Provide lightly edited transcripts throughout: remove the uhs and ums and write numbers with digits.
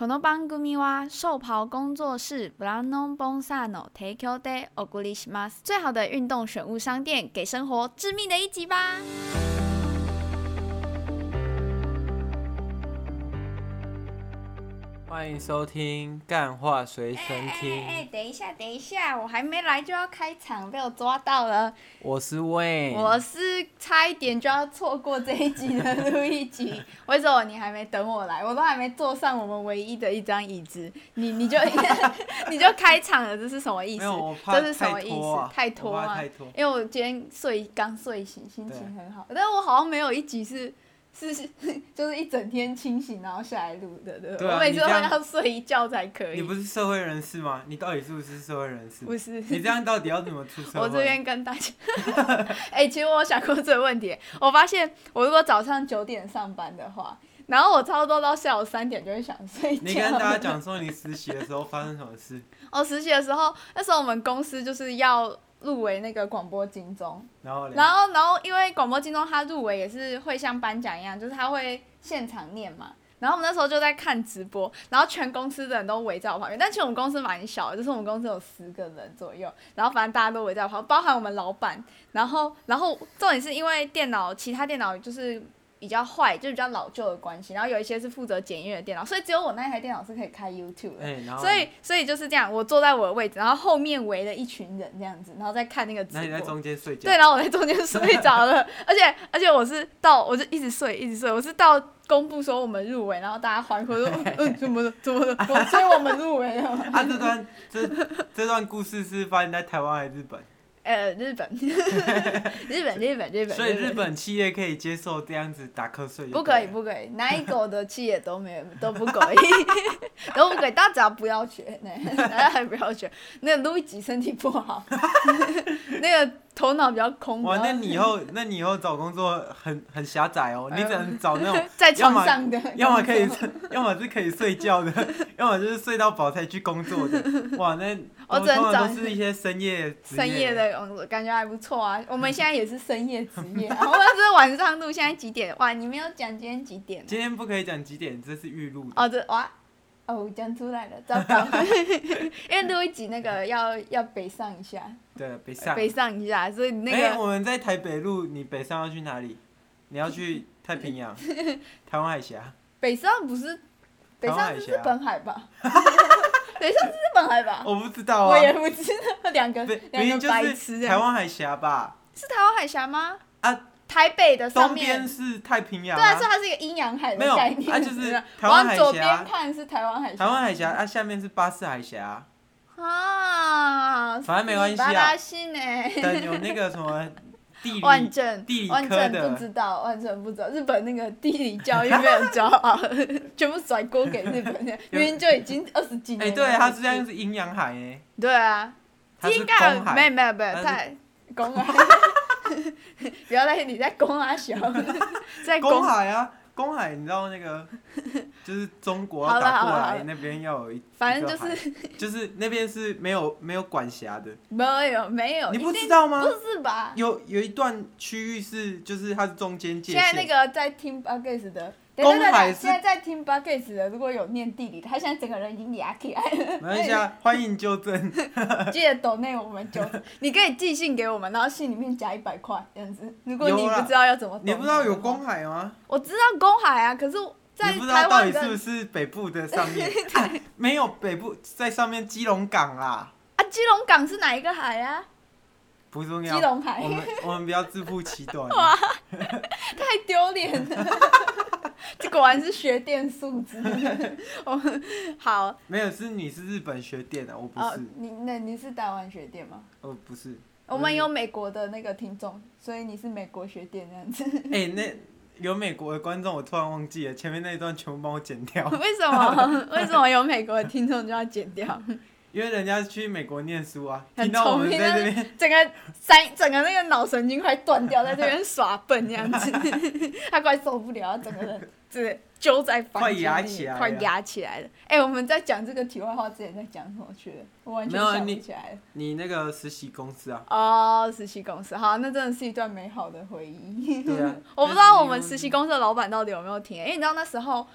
この番組は寿袍工作室ブランドボンサーの提供でお送りします。最好的运动选物商店，给生活致命的一击吧！ 欢迎收听干话随身听。 等一下，我还没来就要开场，被我抓到了。 我是 Wayne， 我是差一点就要错过这一集的录一集。为什么你还没等我来？我都还没坐上我们唯一的一张椅子，你就你就开场了，这是什么意思？ 没有，我怕这是什么意思？太拖啊！因为我今天刚睡醒，心情很好，但是我好像没有一集是就是一整天清醒，然后下来录的，对不对？我每次都要睡一觉才可以。 你不是社会人士吗？你到底是不是社会人士？ 不是。 你这样到底要怎么出社会？ 我这边跟大家，其实我有想过这个问题。我发现我如果早上9点上班的话，然后我差不多到下午3点就会想睡觉。 你跟大家讲说你实习的时候发生什么事？ 实习的时候，那时候我们公司就是要入围那个广播金钟，然后因为广播金钟它入围也是会像颁奖一样，就是它会现场念嘛。然后我们那时候就在看直播，然后全公司的人都围在我旁边，但其实我们公司蛮小的，就是我们公司有10个人左右，然后反正大家都围在我旁边，包含我们老板。然后重点是因为其他电脑就是比较坏，就比较老旧的关系，然后有一些是负责检验的电脑，所以只有我那台电脑是可以开 YouTube 的，所以就是这样，我坐在我的位置，然后后面围了一群人这样子，然后再看那个直播。 那你在中间睡觉？ 对，然后我在中间睡着了，而且我就一直睡，我是到公布说我们入围，然后大家欢呼说怎么了，所以我们入围了。 这段故事是发生在台湾还是日本？ 日本， 所以日本企业可以接受这样子打瞌睡？ 不可以，哪一国的企业都不可以，都不可以，大家只要不要学，大家还不要学。那个路易吉身体不好，那个头脑比较空。 哇，那你以后找工作很狭窄哦，你只能找那种在床上的， 要么是可以睡觉的，要么就是睡到饱才去工作的。哇，那我通常都是一些深夜的工作，感觉还不错啊。我们现在也是深夜职业，我们是晚上录，现在几点？哇，你没有讲今天几点？ 今天不可以讲几点，这是预录的。 讲出来了，糟糕！因为录一集那个要北上一下。 对， 北上一下，所以那个。 我们在台北录，你北上要去哪里？你要去太平洋、台湾海峡。 北上是日本海吧？北上是日本海吧？ 我不知道啊。 我也不知道，两个白痴。 台湾海峡吧？ 是台湾海峡吗？ 啊。 台北的上面东边是太平洋， 对啊，所以它是一个阴阳海的概念。 没有，就是台湾海峡。 往左边看是台湾海峡。 台湾海峡，下面是巴士海峡。反正没关系啊。 等有那个什么地理科的， 不知道，完全不知道。日本那个地理教育没有教好，全部甩锅给日本人，明明就已经20几年了。 对，它是这样是阴阳海诶。 对啊， 它是公海。 没有，太公海。不要你在公啊小，在公海啊，公海，你知道那个就是中国要打过来那边要有反正就是那边是没有管辖的。 没有， 你不知道吗？ 不是吧？ 有一段区域就是它是中间界限。 现在那个在听 Podcast 的。 公海是现在在听 Podcast 的，如果有念地理，他现在整个人已经哑起来了。 没关系啊，欢迎纠正。 记得抖内我们纠正，你可以寄信给我们，然后信里面加100块这样子。如果你不知道要怎么抖， 你不知道有公海吗？ 我知道公海啊，可是在台湾的。 你不知道到底是不是北部的上面？没有北部在上面基隆港啦。 啊，基隆港是哪一个海啊？ 不重要。 基隆海。 我们不要自负其短。 哇，太丢脸了。这果然是学电素质。好。 没有，你是日本学电的，我不是。 你是台湾学电吗？ 不是。 我们有美国的那个听众，所以你是美国学电这样子。 那有美国的观众，我突然忘记了，前面那一段全部帮我剪掉。 为什么？为什么有美国的听众就要剪掉？ 因为人家去美国念书啊， 听到我们在这边， 整个那个脑神经快断掉，在这边耍笨这样子，他快受不了，整个人是揪在房间里，快压起来了。我们在讲这个题外话之前在讲什么去了？我完全想不起来了。 你那个实习公司啊？ 实习公司，好，那真的是一段美好的回忆。 对啊。 我不知道我们实习公司的老板到底有没有听，因为你知道那时候。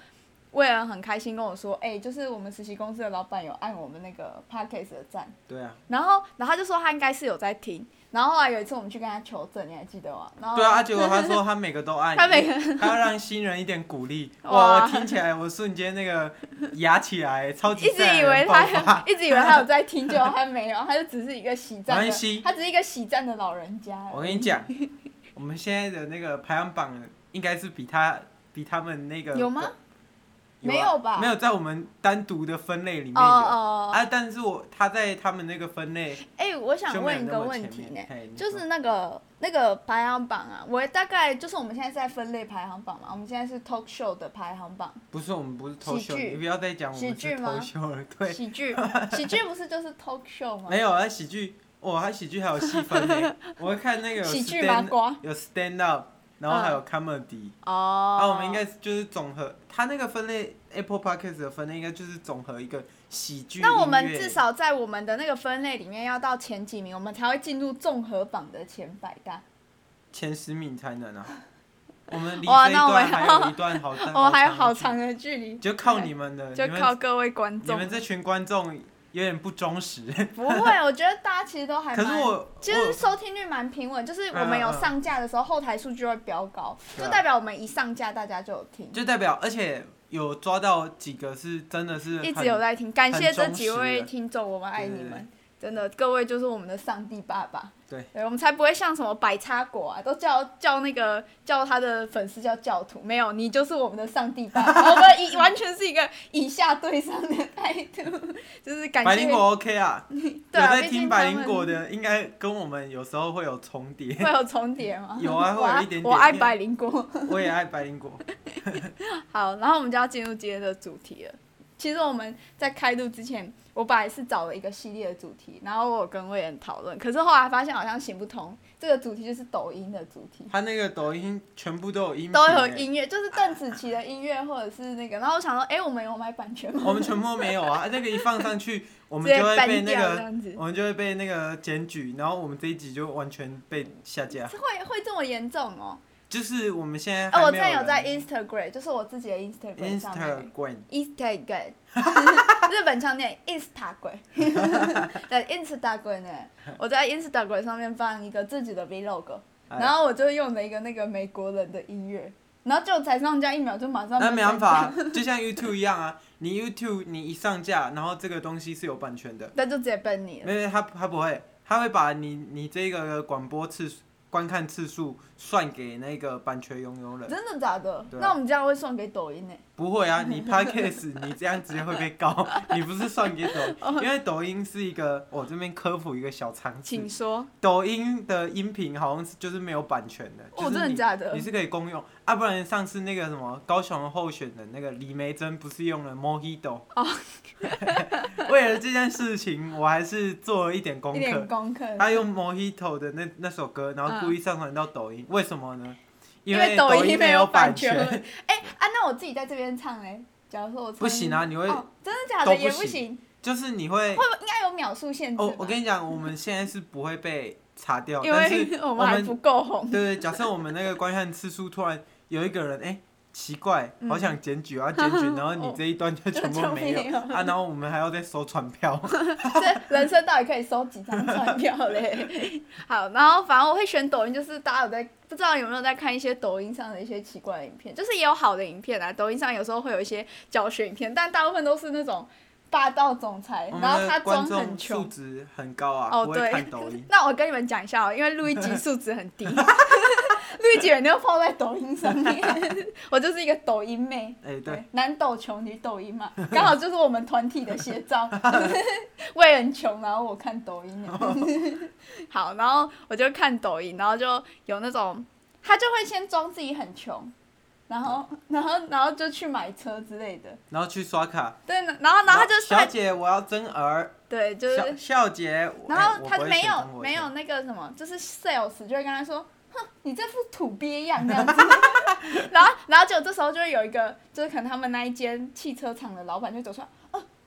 魏恩很开心跟我说，就是我们实习公司的老板有按我们那个 podcast 的赞。 对啊。 然后他就说他应该是有在听，然后后来有一次我们去跟他求证，你还记得吗？然后对啊，结果他说他每个都按，他要让新人一点鼓励。哇，我听起来我瞬间那个压起来，超级自然的爆发。 一直以为他有在听，结果他没有，他就只是一个喜赞的，他只是一个喜赞的老人家。 我跟你讲，我们现在的那个排行榜应该是比他们那个有吗？没有吧？ 没有在我们单独的分类里面有但是他在他们那个分类。 我想问一个问题呢，就是那个排行榜啊，我大概就是我们现在是在分类排行榜嘛，我们现在是 talk show 的排行榜。 不是，我们不是 talk show， 你不要再讲我们是 talk show 了。对， 喜剧不是就是 talk show 吗？ 没有啊，喜剧，他喜剧还有细分类。我会看那个喜剧麻瓜， 有 stand up。然后还有 comedy，我们应该就是总和，他那个分类 Apple Podcast 的分类应该就是总和一个喜剧。 那我们至少在我们的那个分类里面要到前几名，我们才会进入综合榜的前100大。 前10名才能啊！我们离这一段还有一段好长， 我还有好长的距离。 就靠你们的， 就靠各位观众。 你们这群观众。有点不忠实。 不会，我觉得大家其实都还蛮。可是其实收听率蛮平稳，就是我们有上架的时候，后台数据会飙高，就代表我们一上架大家就有听。 就代表，而且有抓到几个是真的是一直有在听，感谢这几位听众，我们爱你们。真的，各位就是我们的上帝爸爸。 对， 我们才不会像什么百叉果啊，都叫他的粉丝叫教徒，没有，你就是我们的上帝爸爸。我们完全是一个以下对上的态度，就是感谢。 百灵果 OK 啊，对啊，有在听百灵果的，应该跟我们有时候会有重叠。 会有重叠吗？ 有啊，会有一点点。 我爱百灵果。 我也爱百灵果。 好，然后我们就要进入今天的主题了。其实我们在开录之前，我本来是找了一个系列的主题，然后我有跟魏仁讨论，可是后来发现好像行不通。这个主题就是抖音的主题。 他那个抖音全部都有音频， 都有音乐，就是邓紫棋的音乐或者是那个。然后我想说，我们有买版权吗？ 我们全部都没有啊！那个一放上去，我们就会被那个，我们就会被那个检举，然后我们这一集就完全被下架。 会这么严重哦？ 就是我们现在我之前有在 Instagram， 就是我自己的 Instagram 上面 Instagram 日本腔念 Instagram 对 Instagram 呢，我在 Instagram 上面放一个自己的 Vlog， 然后我就用了一个那个美国人的音乐，然后就才上架1秒就马上。 那没办法，就像 YouTube 一样啊，你 YouTube 你一上架，然后这个东西是有版权的， 那就直接ban你了。 没有，他不会，他会把你这个广播观看次数算给那个版权拥有人。 真的假的？那我们这样会算给抖音呢？ 不会啊，你 Podcast 你这样直接会被告，你不是算给抖音，因为抖音是一个，我这边科普一个小常识。 请说。 抖音的音频好像就是没有版权的，就是真的假的？ 你是可以公用啊，不然上次那个什么高雄候选人那个李梅珍不是用了 Mojito？ 为了这件事情，我还是做了一点功课。他用 Mojito 的那首歌，然后故意上传到抖音，为什么呢？因为抖音没有版权。 那我自己在这边唱嘞，假如说我唱。 不行啊，你会。 真的假的也不行。 就是你会。 应该有秒数限制。 我跟你讲，我们现在是不会被查掉， 因为我们还不够红。 对，假设我们那个观看次数突然有一个人奇怪，好想检举，然后你这一段就全部没有啊，然后我们还要再收传票。 这人生到底可以收几张传票嘞？好，然后反正我会选抖音，就是大家有在不知道有没有在看一些抖音上的一些奇怪的影片，就是也有好的影片啊。抖音上有时候会有一些教学影片，但大部分都是那种霸道总裁，然后他装很穷， 素质很高啊，不会看抖音。 那我跟你们讲一下因为录一集素质很低。录一集人就放在抖音上面，我就是一个抖音妹。 对， 男抖穷，女抖音嘛，刚好就是我们团体的写照。为人穷，然后我看抖音。好，然后我就看抖音，然后就有那种，他就会先装自己很穷，然后就去买车之类的， 然后去刷卡。 对，然后他就小姐，我要增额。 对，就是小姐。 然后他没有那个什么，就是 sales 就会跟他说。你这副土鳖样这样子，然后就这时候就会有一个，就是可能他们那一间汽车厂的老板就走出来，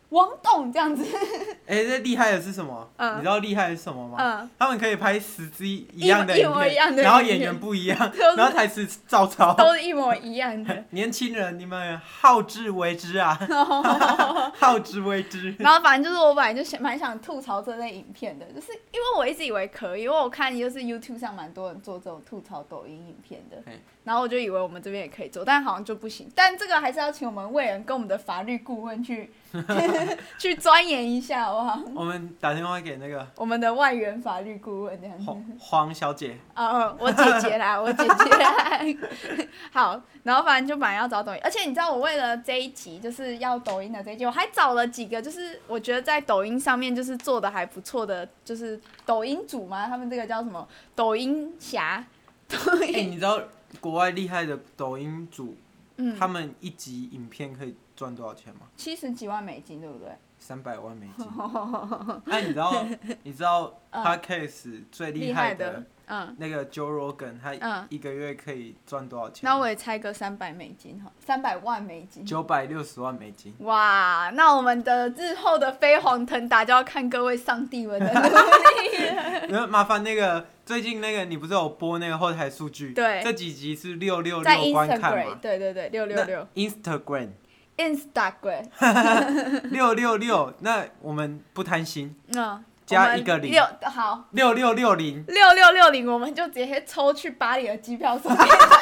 王董这样子。 这厉害的是什么？你知道厉害的是什么吗？他们可以拍10支一样的影片，然后演员不一样，然后台词照抄， 都是一模一样的。 年轻人，你们好自为之啊！好自为之。 然后反正就是我本来就蛮想吐槽这类影片的，就是因为我一直以为可以，因为我看就是 YouTube 上蛮多人做这种吐槽抖音影片的，然后我就以为我们这边也可以做，但好像就不行。但这个还是要请我们魏人跟我们的法律顾问去去钻研一下，好不好？ 我们打电话给那个我们的外援法律顾问这样子。 黄小姐。 我姐姐啦，我姐姐啦。好，然后反正就本来要找抖音，而且你知道我为了这一集就是要抖音的这一集，我还找了几个就是我觉得在抖音上面就是做的还不错的，就是抖音主嘛，他们这个叫什么抖音侠。 你知道国外厉害的抖音主，他们一集影片可以赚多少钱吗 ？70几万美金，对不对 ？300万美金。你知道 Podcast 最厉害的那个 Joe Rogan， 他一个月可以赚多少钱？ 那我也猜个300美金，300万美金。 960万美金。 哇，那我们的日后的飞黄腾达就要看各位上帝们的努力了。 麻烦那个最近那个你不是有播那个后台数据？ 对。 这几集是666观看嘛？ 对666。 Instagram 666，那我们不贪心，加一个零， 好 6660， 我们就直接抽去巴黎的机票送。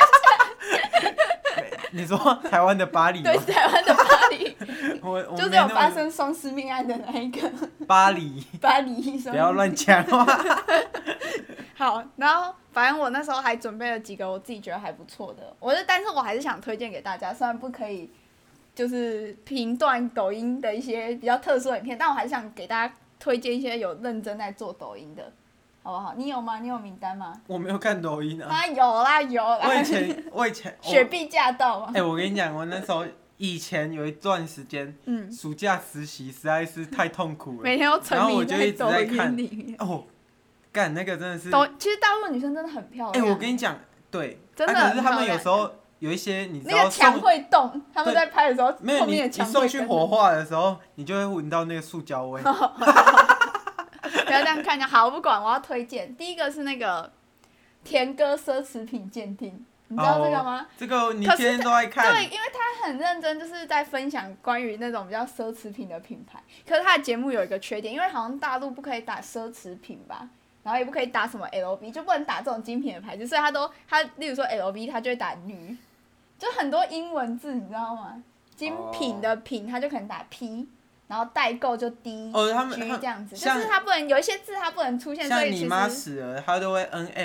你说台湾的巴黎吗？ 对，台湾的巴黎，就是有发生双尸命案的那一个。 巴黎，不要乱讲话。 好，然后反正我那时候还准备了几个我自己觉得还不错的，但是我还是想推荐给大家，虽然不可以就是评断抖音的一些比较特殊的影片，但我还是想给大家推荐一些有认真在做抖音的，好不好？你有吗？你有名单吗？ 我没有看抖音啊。 有啦。 我以前雪碧驾到吗？ 我跟你讲，我那时候以前有一段时间，暑假实习实在是太痛苦了， 每天都沉迷在抖音里面。 干那个真的是。 其实大陆女生真的很漂亮。 我跟你讲，对， 真的很漂亮。 可是他们有时候有一些你知道那个墙会动，他们在拍的时候， 没有你送去火化的时候，你就会闻到那个塑胶味。 不要这样看，好，不管，我要推荐。第一个是那个田哥奢侈品鉴定，你知道这个吗？ 这个你天天都在看。 对，因为他很认真，就是在分享关于那种比较奢侈品的品牌。可是他的节目有一个缺点，因为好像大陆不可以打奢侈品吧，然后也不可以打什么 LV， 就不能打这种精品的牌子，所以他例如说 LV， 他就会打女，就很多英文字，你知道吗？精品的品，他就可能打 P。然后代购就 D G 这样子，就是它不能有一些字它不能出现，所以其实像你妈死了，它都会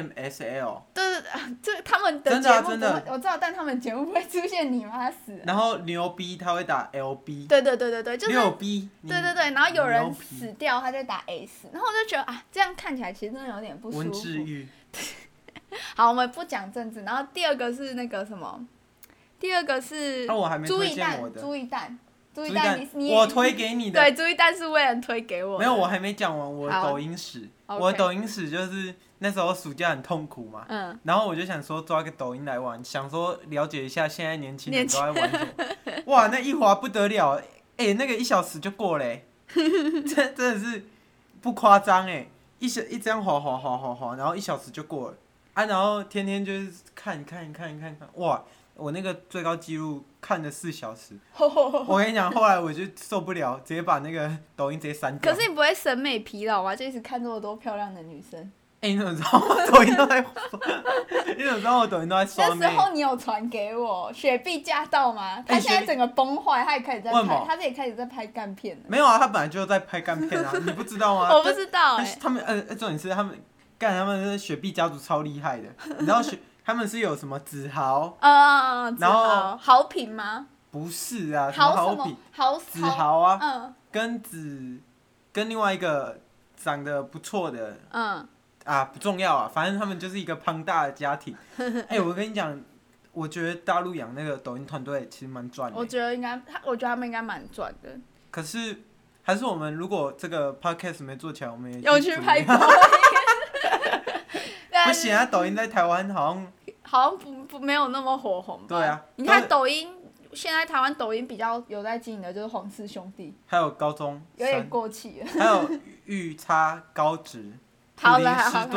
NMSL。 对，这他们的节目不会，我知道，但他们节目不会出现你妈死了。 然后牛逼他会打 LB。 对，就是六 B。 对，然后有人死掉他就打 S， 然后我就觉得这样看起来其实真的有点不舒服。 文治愈。 好，我们不讲政治，然后第二个是那个什么？第二个是朱一蛋。 朱一蛋， 我推给你的。 对，朱一蛋是为人推给我的。 没有，我还没讲完我的抖音史。我的抖音史就是那时候暑假很痛苦嘛，然后我就想说抓个抖音来玩，想说了解一下现在年轻人都在玩什么。哇，那一滑不得了，那个1小时就过了，真的是不夸张一这样滑，然后1小时就过了然后天天就是看，哇！我那个最高纪录看了4小时，我跟你讲，后来我就受不了，直接把那个抖音直接删掉。 可是你不会审美疲劳吗？就一直看这么多漂亮的女生。 你怎么知道我抖音都在？你怎么知道我抖音都在刷妹？ 那时候你有传给我雪碧驾到吗？他现在整个崩坏，他也开始在拍，他自己开始在拍干片了。 没有啊，他本来就在拍干片啊，你不知道吗？ 我不知道他们重点是他们是雪碧家族超厉害的，你知道他们是有什么子豪？然后豪品吗？ 不是啊，什么豪品？子豪啊，跟另外一个长得不错的，不重要啊，反正他们就是一个庞大的家庭。我跟你讲，我觉得大陆养那个抖音团队其实蛮赚的。 我觉得他们应该蛮赚的。 可是还是我们如果这个 podcast 没做起来，我们也有去拍抖音。 不行啊，抖音在台湾好像没有那么火红吧。 对啊， 你看抖音现在台湾抖音比较有在经营的就是黄氏兄弟， 还有高中有点过气了， 还有育差高职。 好啦，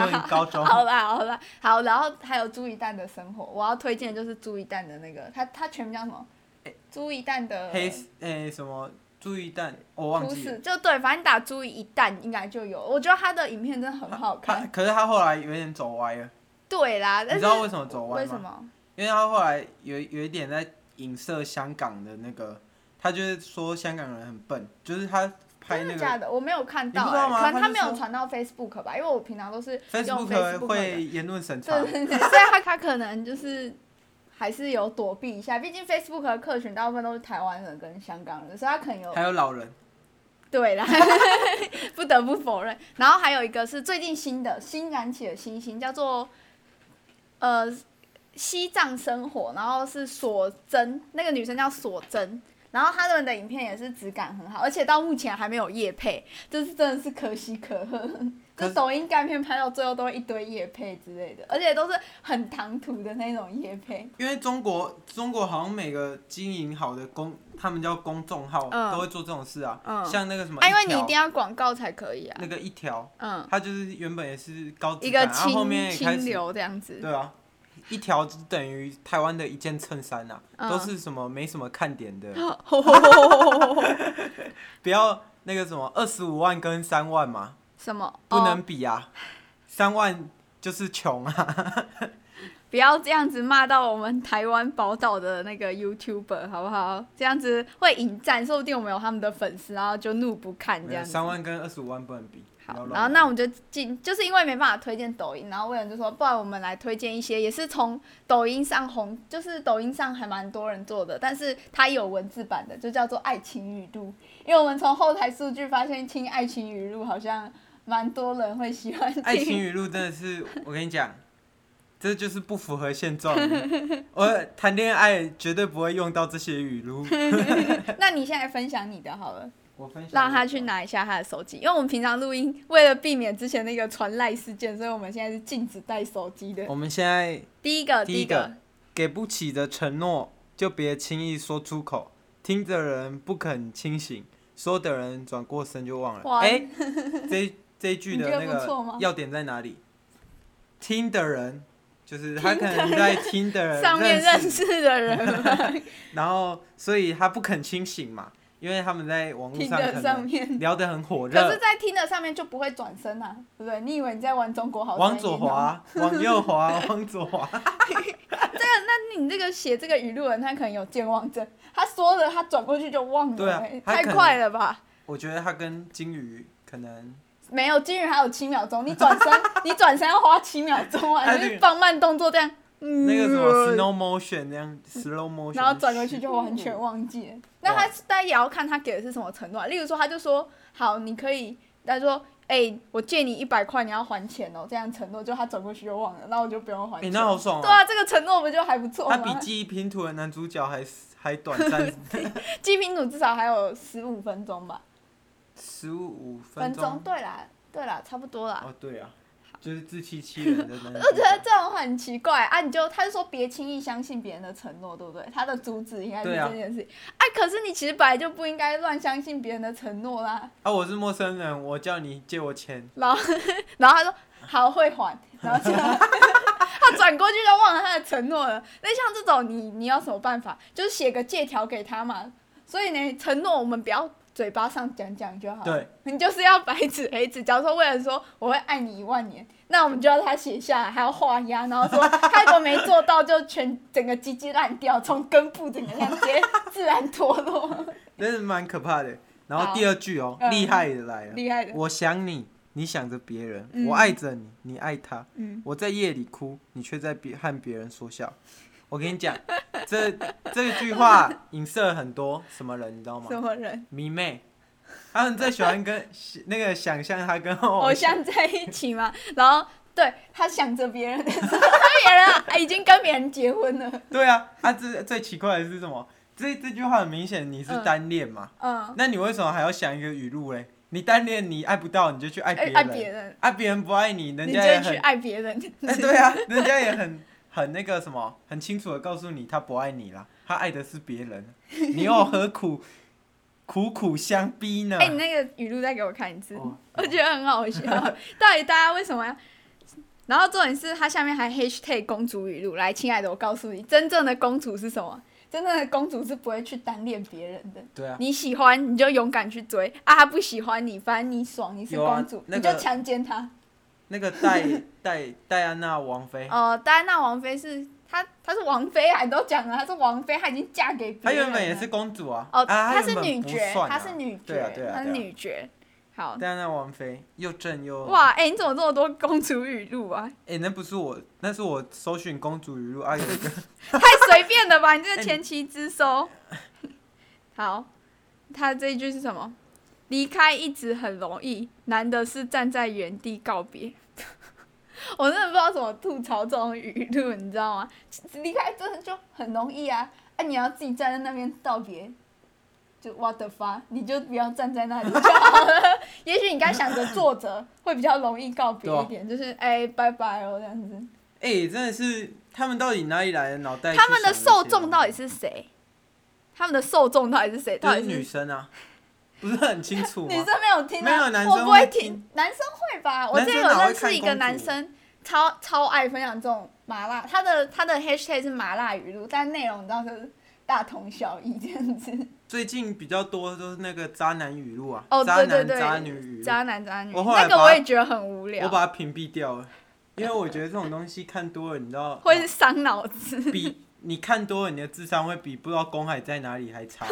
好，然后还有朱一蛋的生活，我要推荐的就是朱一蛋的那个，他全名叫什么？朱一蛋的什么朱一蛋，我忘记了。 就对，反正你打朱一蛋应该就有。我觉得他的影片真的很好看。 可是他后来有点走歪了。 对啦， 你知道为什么走歪吗？ 为什么？ 因为他后来有一点在影射香港的那个，他就是说香港人很笨，就是他。 真的假的？我没有看到，可能他没有传到 Facebook 吧，因为我平常都是用 Facebook 会言论审查， 对，所以他可能就是还是有躲避一下，毕竟 Facebook 的客群大部分都是台湾人跟香港人，所以他可能还有老人， 对啦，不得不否认。然后还有一个是最近新燃起的新星，叫做西藏生活，然后是索真，那个女生叫索真。然后他们的影片也是质感很好，而且到目前还没有业配，就是真的是可喜可贺。就抖音干片拍到最后都会一堆业配之类的，而且都是很唐突的那种业配。 因为中国好像每个经营好的他们叫公众号，都会做这种事啊。像那个什么， 因为你一定要广告才可以啊。 那个一条，它就是原本也是高质感，一个后面清流这样子。 对啊。一条就等于台湾的一件衬衫啊，都是什么没什么看点的，不要那个什么25万跟3万嘛， 什么不能比啊，3万就是穷啊。 不要这样子骂到我们台湾宝岛的那个 YouTuber 好不好？这样子会引战，说不定我们有他们的粉丝，然后就怒不看这样子。 3万跟25万不能比。 好，然后那我们就是因为没办法推荐抖音，然后魏仁就说，不然我们来推荐一些也是从抖音上红，就是抖音上还蛮多人做的，但是它有文字版的，就叫做爱情语录。因为我们从后台数据发现，听爱情语录好像蛮多人会喜欢听。 爱情语录真的是，我跟你讲，这就是不符合现状。我谈恋爱绝对不会用到这些语录。 那你现在分享你的好了。让他去拿一下他的手机，因为我们平常录音，为了避免之前那个传赖事件，所以我们现在是禁止带手机的。 我们现在第一个， 给不起的承诺就别轻易说出口，听的人不肯清醒，说的人转过身就忘了。这一句的那个要点在哪里？听的人就是他可能在听的人上面认识的人， 然后所以他不肯清醒嘛。因为他们在网络上可能聊得很火热， 可是，在听的上面就不会转身啊，对不对？你以为你在玩中国好声音？ 往左滑，往右滑，往左滑。 那你这个写这个语录的人，他可能有健忘症，他说了，他转过去就忘了， 对啊， 太快了吧？ 我觉得他跟金鱼可能没有，金鱼还有7秒钟，你转身要花7秒钟啊，你是放慢动作这样。 那个什么 slow motion 那样 slow motion， 然后转过去就完全忘记了。那大家也要看他给的是什么承诺啊。例如说，他就说好，你可以，他说我借你100块，你要还钱哦，这样承诺，就他转过去就忘了，那我就不用还钱。 那好爽啊！ 对啊，这个承诺不就还不错吗？ 他比记忆拼图的男主角还短暂。 记忆拼图至少还有15分钟吧。 15分钟？ 对啦，差不多啦。 哦，对啊。就是自欺欺人的那种。 我觉得这种很奇怪啊！他就说别轻易相信别人的承诺，对不对？他的主旨应该是这件事。可是你其实本来就不应该乱相信别人的承诺啦。 我是陌生人，我叫你借我钱。 然后他说好会还，然后他转过去就忘了他的承诺了。那像这种你要什么办法？就是写个借条给他嘛。所以呢，承诺我们不要嘴巴上讲就好。 对， 你就是要白纸黑字。假如说为了说我会爱你1万年，那我们就要他写下来，还要画押，然后说他如果没做到，就整个鸡鸡烂掉，从根部整个这样直接自然脱落。 真是蛮可怕的。然后第2句厉害的来了。厉害的。我想你，你想着别人；我爱着你，你爱他。我在夜里哭，你却在和别人说笑。我跟你讲，这句话影射很多什么人，你知道吗？ 什么人？ 迷妹，他们最喜欢跟那个想象他跟偶像在一起嘛。然后对他想着别人的时候，别人已经跟别人结婚了。 对啊，最奇怪的是什么？这句话很明显你是单恋嘛。那你为什么还要想一个语录嘞？你单恋你爱不到，你就去爱别人。别人不爱你，人家也很。 你就去爱别人。 对啊，人家也很那个什么，很清楚的告诉你他不爱你啦。 他爱的是别人，你又何苦苦相逼呢？ 你那个语录再给我看一次，我觉得很好笑。到底大家为什么要？然后重点是他下面还 hashtag 公主语录，来，亲爱的，我告诉你，真正的公主是什么？真正的公主是不会去单恋别人的。 对啊。 你喜欢你就勇敢去追啊，他不喜欢你，反正你爽，你是公主，你就强奸他。 那个戴安娜王妃。 戴安娜王妃是她是王妃啊，你都讲了，她是王妃，她已经嫁给别人了。 她原本也是公主啊。 她是女爵，她是女爵， 她是女爵。好。 戴安娜王妃又正又。 哇，你怎么这么多公主语录啊？ 那不是我，那是我搜寻公主语录啊，有一个。 太随便了吧，你这个前期之搜。好，他这一句是什么？离开一直很容易，难的是站在原地告别。我真的不知道怎么吐槽这种语录，你知道吗？离开真的就很容易啊！你要自己站在那边道别，就 what the fuck， 你就不要站在那里就好了。也许你该想着坐着会比较容易告别一点，就是拜拜哦这样子。 真的是他们到底哪里来的脑袋？ 他们的受众到底是谁？他们的受众到底是谁？ 就是女生啊。不是很清楚吗？ 女生没有听， 没有男生我不会听，男生会吧？我之前有认识一个男生，超爱分享这种麻辣，他的 hashtag 是麻辣语录，但内容你知道是大同小异这样子。 最近比较多都是那个渣男语录啊， 渣男渣女语录， 渣男渣女，那个我也觉得很无聊， 我把它屏蔽掉了，因为我觉得这种东西看多了，你知道会伤脑子， 比你看多了，你的智商会比不知道公海在哪里还差。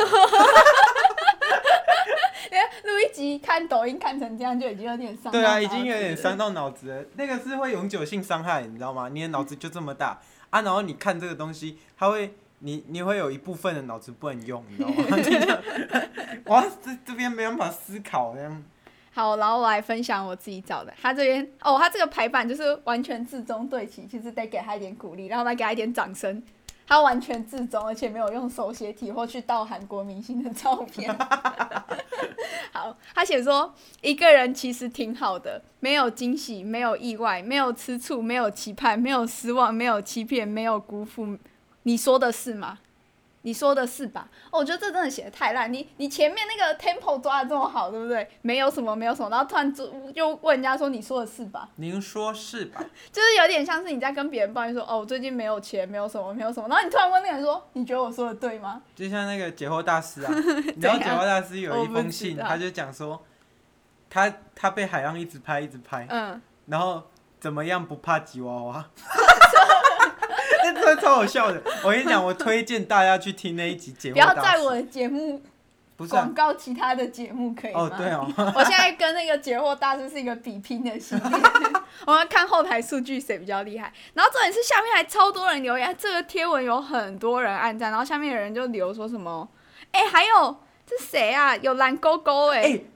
录一集看抖音看成这样就已经有点伤到脑子了。对啊，已经有点伤到脑子了。那个是会永久性伤害，你知道吗？你的脑子就这么大啊，然后你看这个东西，它会你会有一部分的脑子不能用，你知道吗？哇，这边没办法思考那样。 好，然后我来分享我自己找的。他这边他这个排版就是完全字中对齐，其实得给他一点鼓励，然后再给他一点掌声。他完全字中，而且没有用手写体或去盗韩国明星的照片。好，他写说一个人其实挺好的，没有惊喜，没有意外，没有吃醋，没有期盼，没有失望，没有欺骗，没有辜负。你说的是吗？你说的是吧？我觉得这真的写得太烂。你前面那个 tempo 抓得这么好，对不对？没有什么，没有什么，然后突然就问人家说你说的是吧？ 您说是吧？ 就是有点像是你在跟别人抱怨说我最近没有钱，没有什么，没有什么，然后你突然问那个人说你觉得我说的对吗？ 就像那个解惑大师啊，你知道解惑大师有一封信，他就讲说他被海浪一直拍，然后怎么样不怕吉娃娃？那真的超好笑的，我跟你讲，我推荐大家去听那一集解惑大师。 不要在我的节目广告其他的节目可以吗？ 对哦。 我现在跟那个解惑大师是一个比拼的系列，我们看后台数据谁比较厉害。然后重点是下面还超多人留言，这个贴文有很多人按赞，然后下面有人就留说什么，还有这谁啊？有蓝勾勾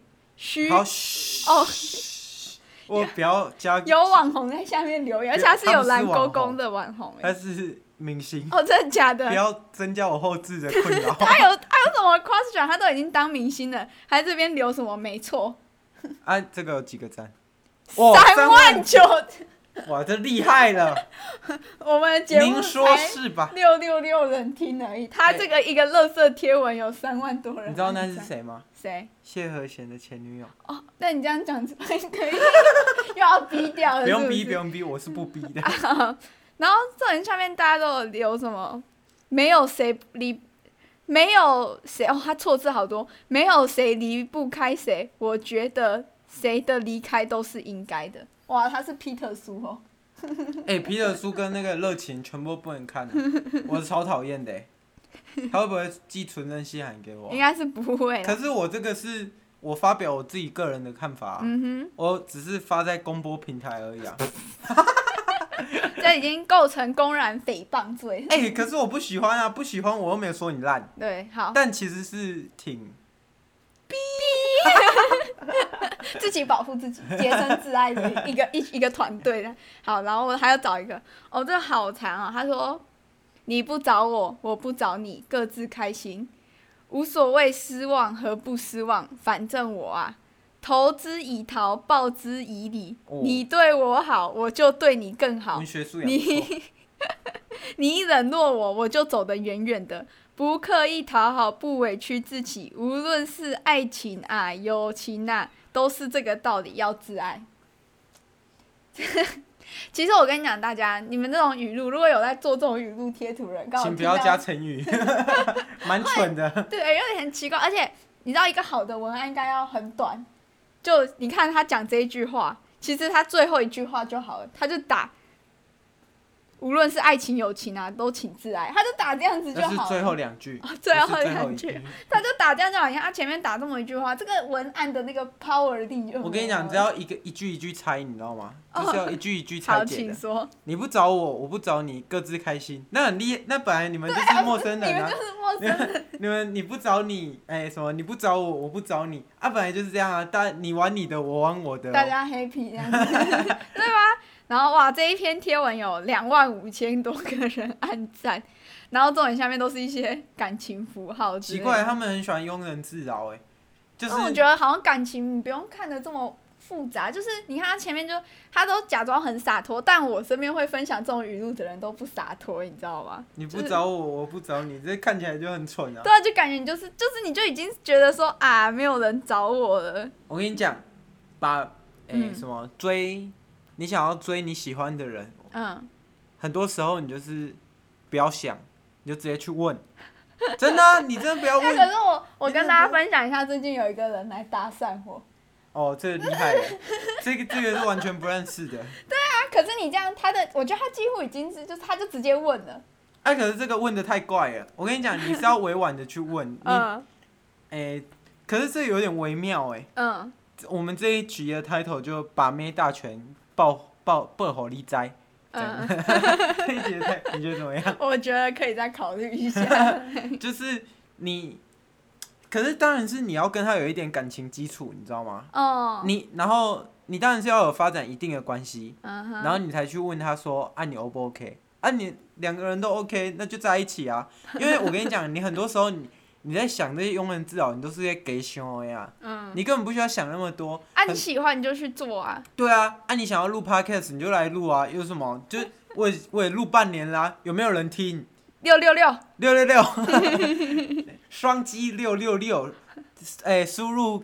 我不要加。 有网红在下面留言，而且他是有蓝勾勾的网红， 他是明星。 真的假的？ 不要增加我后置的困扰。 他有什么 question？ 他都已经当明星了，还这边留什么？没错。 这个有几个赞 ？39000。 哇，这厉害了！ 我们的节目您说是吧 ？666人听而已。他这个一个垃圾贴文有3万多人。 你知道那是谁吗？ 谁？ 谢和弦的前女友。 那你这样讲可以，又要逼掉了是不是？ 不用逼，我是不逼的。 然后这人下面大家都有留什么？没有谁他错字好多，没有谁离不开谁。我觉得谁的离开都是应该的。哇，他是皮特苏哦。 皮特苏跟那个热情全部不能看，我超讨厌的。他会不会寄存真信函给我？ 应该是不会。 可是我这个是我发表我自己个人的看法，我只是发在公播平台而已啊。 这已经构成公然诽谤罪。 可是我不喜欢啊，不喜欢我又没有说你烂。 对，好。 但其实是挺。 自己保护自己，洁身自爱的一个团队的。好，然后我还要找一个，这个好长啊。他说：“你不找我，我不找你，各自开心，无所谓失望和不失望，反正我啊，投之以桃，报之以李。你对我好，我就对你更好。 文学素养不错。 你冷落我，我就走得远远的。 不刻意讨好，不委屈自己，无论是爱情啊、友情啊，都是这个道理，要自爱。其实我跟你讲，大家，你们这种语录，如果有在做这种语录贴图人， 请不要加成语，蛮蠢的。 对，有点奇怪，而且你知道，一个好的文案应该要很短。就你看他讲这一句话，其实他最后一句话就好了，他就打。无论是爱情友情啊，都请自爱，他就打这样子就好了。 那是最后2句。 最后2句，他就打这样就好。你看他前面打这么一句话，这个文案的那个 power 力就。 我跟你讲，只要一句一句猜，你知道吗？就是要一句一句猜解的。 好，请说。 你不找我，我不找你，各自开心。那很厉害，那本来你们就是陌生人啊。 你们就是陌生人。你不找你，什么？你不找我，我不找你啊！本来就是这样啊，你玩你的，我玩我的。 大家 happy 这样子，对吧？然后哇，这一篇贴文有25000多个人按赞，然后重点下面都是一些感情符号之类的。 奇怪，他们很喜欢庸人自扰就是。 我觉得好像感情你不用看得这么复杂，就是你看他前面他都假装很洒脱，但我身边会分享这种语录的人都不洒脱，你知道吗？ 你不找我，我不找你，这看起来就很蠢啊。 对啊，就感觉你就是你就已经觉得说啊，没有人找我了。 我跟你讲，把什么追。你想要追你喜欢的人，很多时候你就是不要想，你就直接去问，真的啊，你真的不要问。 可是我跟大家分享一下，最近有一个人来搭讪我。 哦，这个厉害了，这个是完全不认识的。 对啊，可是你这样，我觉得他几乎已经是，就是他就直接问了。 可是这个问的太怪了。我跟你讲，你是要委婉的去问，可是这有点微妙我们这一集的 title 就把妹大全。报好利哉，这一集你觉得怎么样？ 我觉得可以再考虑一下。 就是你，可是当然是你要跟他有一点感情基础，你知道吗？然后你当然是要有发展一定的关系，然后你才去问他说你 O 不 OK？你2个人都 OK， 那就在一起啊。因为我跟你讲，你很多时候你在想这些庸人自扰，你都是在给想的呀。你根本不需要想那么多。 你喜欢你就去做啊。 对啊，你想要录 podcast 你就来录啊，有什么？就我也录半年啦，有没有人听？666，双击666，输入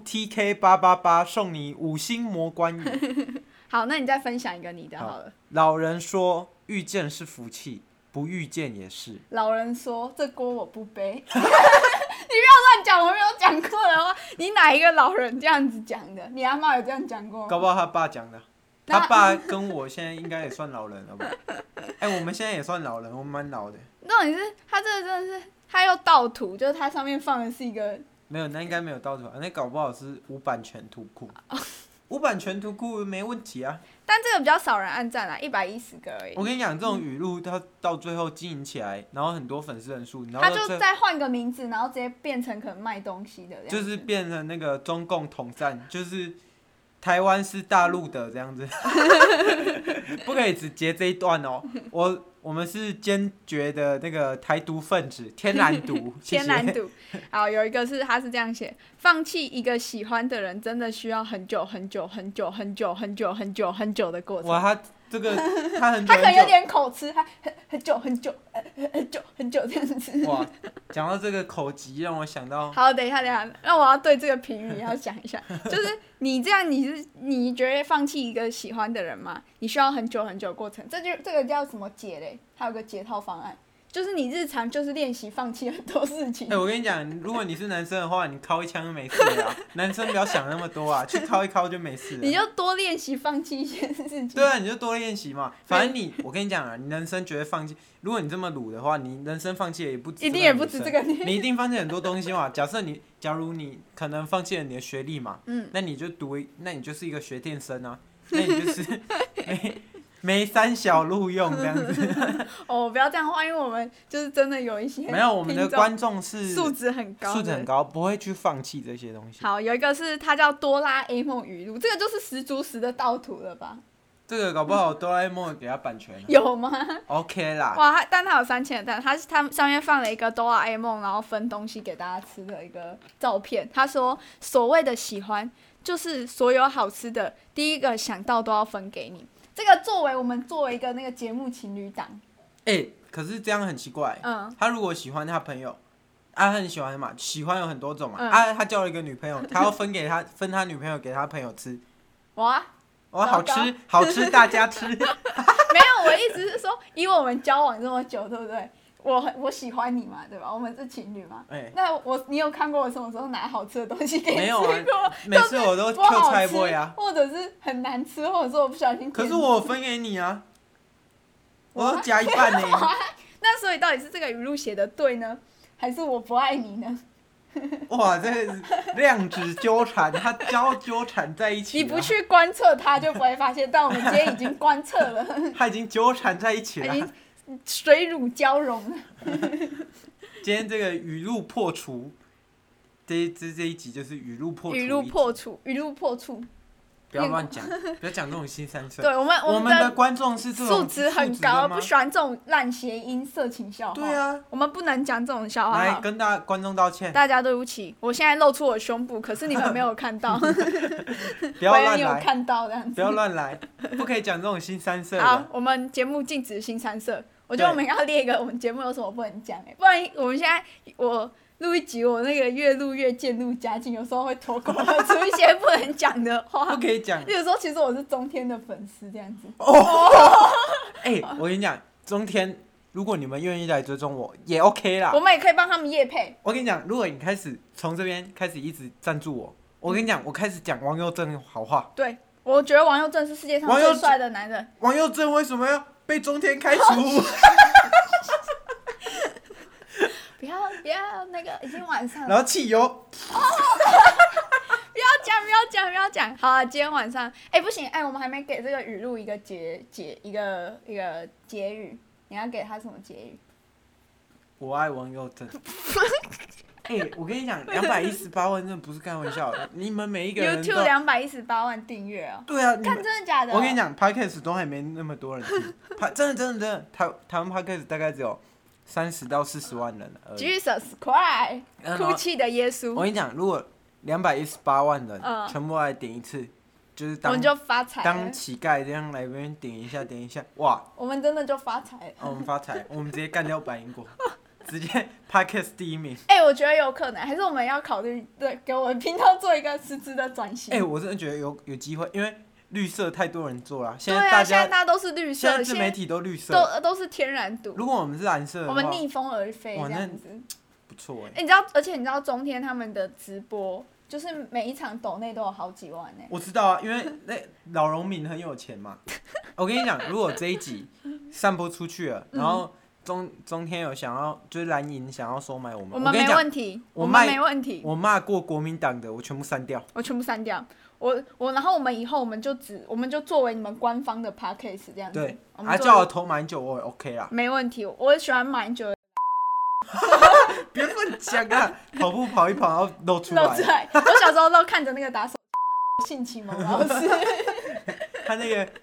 TK888送你5星魔关羽。 好，那你再分享一个你的好了。 老人说，遇见是福气，不遇见也是。 老人说，这锅我不背。你不要乱讲，我没有讲过的话。你哪一个老人这样子讲的？你阿嬷有这样讲过吗？ 搞不好他爸讲的。他爸跟我现在应该也算老人了吧？我们现在也算老人，我们蛮老的。 重点是他这个真的是，他又盗图，就是他上面放的是一个。 没有，那应该没有盗图，那搞不好是无版权图库。无版权图库没问题啊。 但这个比较少人按赞啦，110个而已。 我跟你讲，这种语录它到最后经营起来，然后很多粉丝人数，然后他就再换个名字，然后直接变成可能卖东西的这样子， 就是变成那个中共统战，就是台湾是大陆的这样子。不可以只截这一段哦。我们是坚决的那个台独分子，天然独。 天然独。好，有一个他是这样写：放弃一个喜欢的人，真的需要很久很久很久很久很久很久很久的过程。 哇，他很久， 他可能有点口吃，他很久很久很久很久这样子。 哇，讲到这个口疾，让我想到。 好，等一下，让我要对这个评语要讲一下，就是你这样，你觉得放弃一个喜欢的人吗？你需要很久很久的过程，这个叫什么解嘞？它有个解套方案。就是你日常就是练习放弃很多事情。 我跟你讲，如果你是男生的话，你敲一枪就没事了啊。男生不要想那么多啊，去敲一敲就没事了。 你就多练习放弃一些事情。 对啊，你就多练习嘛。反正我跟你讲啊，你人生觉得放弃，如果你这么鲁的话，你人生放弃也不止。 一定也不止这个。 你一定放弃很多东西嘛。假如你可能放弃了你的学历嘛，那你就是一个学电生啊，那你就是没三小路用这样子。 不要这样话，因为我们就是真的有一些没有，我们的观众是素质很高， 不会去放弃这些东西。 好，有一个是它叫哆啦 A 梦语录，这个就是10足10的盗图了吧？ 这个搞不好哆啦 A 梦给他版权了。 有吗 ？OK 啦。 哇，但它有3000的赞，它上面放了一个哆啦 A 梦，然后分东西给大家吃的一个照片。他说，所谓的喜欢，就是所有好吃的，第一个想到都要分给你。这个我们作为一个那个节目情侣档。 可是这样很奇怪。他如果喜欢他朋友， 他很喜欢嘛，喜欢有很多种嘛。他交了一个女朋友，他要分他女朋友给他朋友吃。 哇， 好吃，好吃，大家吃。没有，我的意思是说，以我们交往这么久，对不对？我喜欢你嘛，对吧？我们是情侣嘛。那你有看过我什么时候拿好吃的东西给你吃过？没有啊， 每次我都 Q 菜波呀， 或者是很难吃，或者是我不小心。 可是我分给你啊，我都夹一半呢。 那所以到底是这个语录写的对呢，还是我不爱你呢？ 哇，这量子纠缠，它纠缠在一起。 你不去观测它，就不会发现。但我们今天已经观测了， 它已经纠缠在一起了， 已经水乳交融了。 今天这个语录破除，这一集就是语录破除。 语录破处。 不要乱讲，不要讲这种新三色。 对，我们的观众是这种素质很高，不喜欢这种烂谐音、色情笑话。 对啊， 我们不能讲这种笑话。 来跟观众道歉。 大家对不起，我现在露出我的胸部，可是你们没有看到。 不要乱来。 你有看到这样子。 不要乱来，不可以讲这种新三色的。 好，我们节目禁止新三色。我觉得我们要列一个，我们节目有什么不能讲不然我们现在录一集，我那个越录越渐入佳境，有时候会脱口而出一些不能讲的话。 不可以讲。 有时候其实我是中天的粉丝这样子。 我跟你讲，中天，如果你们愿意来追踪我，也 OK 啦。 我们也可以帮他们业配。 我跟你讲，如果你开始从这边开始一直赞助我跟你讲，我开始讲王佑正好话。 对，我觉得王佑正是世界上最帅的男人。 王佑正为什么要被中天开除？ 不要那个，已经晚上了。 然后汽油。不要讲。好啊，今天晚上，不行，我们还没给这个语录一个一个结语，你要给他什么结语？ 我爱王佑正。我跟你讲，218万真的不是开玩笑的，你们每一个人都 YouTube 218万订阅哦。 对啊， 看真的假的？ 我跟你讲 ，Podcast 都还没那么多人听，真的，台湾 Podcast 大概只有30到40万人而已。 Jesus Christ， 哭泣的耶稣。 我跟你讲，如果218万人全部来点一次，就是我们就发财了， 当乞丐这样来这边点一下，哇！ 我们真的就发财了。 我们发财，我们直接干掉百灵果。直接 Podcast 第1名。 我觉得有可能，还是我们要考虑给我们频道做一个实质的转型。 我真的觉得有机会，因为绿色太多人做了， 现在大家都是绿色， 现在自媒体都绿色， 都是天然毒。 如果我们是蓝色的话， 我们逆风而飞这样子， 不错而且你知道中天他们的直播，就是每一场抖内都有好几万我知道啊，因为老农民很有钱嘛。我跟你讲，如果这一集散播出去了，然后中天有想要，就是蓝营想要收买我们， 我们没问题，我们没问题。 我骂过国民党的，我全部删掉。 然后我们以后我们就作为你们官方的 podcast 这样子。 对，叫我投马英九我也 OK 啦。 没问题，我喜欢马英九。 别乱讲啊！跑步跑一跑，然后露出来。 我小时候都看着那个打手性启蒙老师。 他那个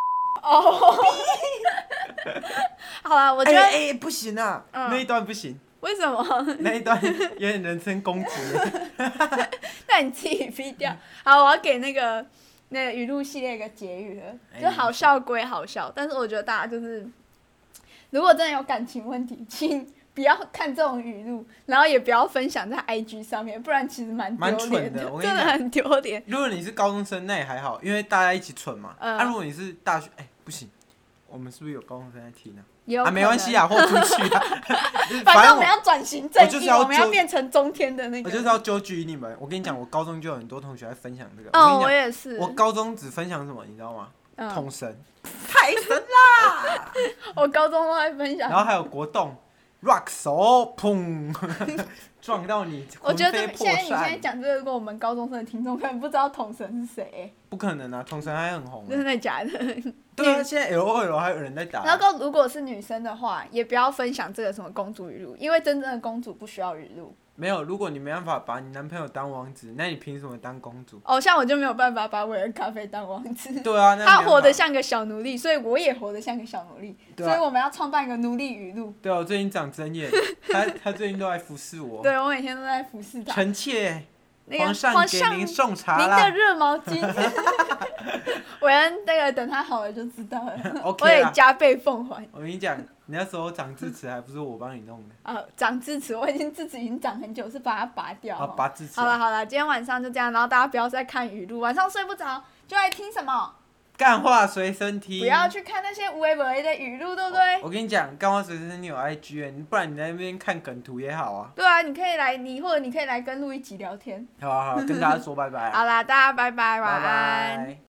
好啦，我觉得不行啊，那一段不行。 为什么？ 那一段有点人身攻击。 那你自己逼掉。好，我要给那个语录系列一个结语了，就好笑归好笑，但是我觉得大家就是，如果真的有感情问题，请不要看这种语录，然后也不要分享在 IG 上面，不然其实蛮丢脸的，真的很丢脸。 如果你是高中生，那也还好，因为大家一起蠢嘛。如果你是大学，不行，我们是不是有高中生在听呢？没关系啊，豁出去啊。 反正我们要转型正义，我们要变成中天的那个。 我就是要纠举你们。我跟你讲，我高中就有很多同学在分享这个。 我也是。 我高中只分享什么，你知道吗？统神，太神啦！ 我高中都在分享。 然后还有国栋 ，rock 手，砰，撞到你， 我觉得你现在讲这个，如果我们高中生的听众可能不知道统神是谁。 不可能啊，统神还很红。 真的假的？ 对啊，现在 LOL 还有人在打。 然后如果是女生的话，也不要分享这个什么公主语录，因为真正的公主不需要语录。 没有，如果你没办法把你男朋友当王子，那你凭什么当公主？ 像我就没有办法把韦恩咖啡当王子。 对啊， 他活得像个小奴隶，所以我也活得像个小奴隶。 对所以我们要创办一个奴隶语录。 对啊，我最近长针眼，他最近都在服侍我。 对，我每天都在服侍他。 臣妾，皇上给您送茶啦。 您的热毛巾。韦恩等他好了就知道了。 OK 我也加倍奉还。 我跟你讲， 你那时候长智齿还不是我帮你弄的？ 长智齿，我智齿已经长很久，是把它拔掉。 拔智齿。 好了，今天晚上就这样，然后大家不要再看语录，晚上睡不着就来听什么？ 干话随身听。 不要去看那些无微不微的语录，对不对？ 我跟你讲，干话随身听有 IG， 不然你在那边看梗图也好啊。 对啊，你可以来，或者你可以来跟录一集聊天。 好，跟大家说拜拜。 好啦，大家拜拜，晚安。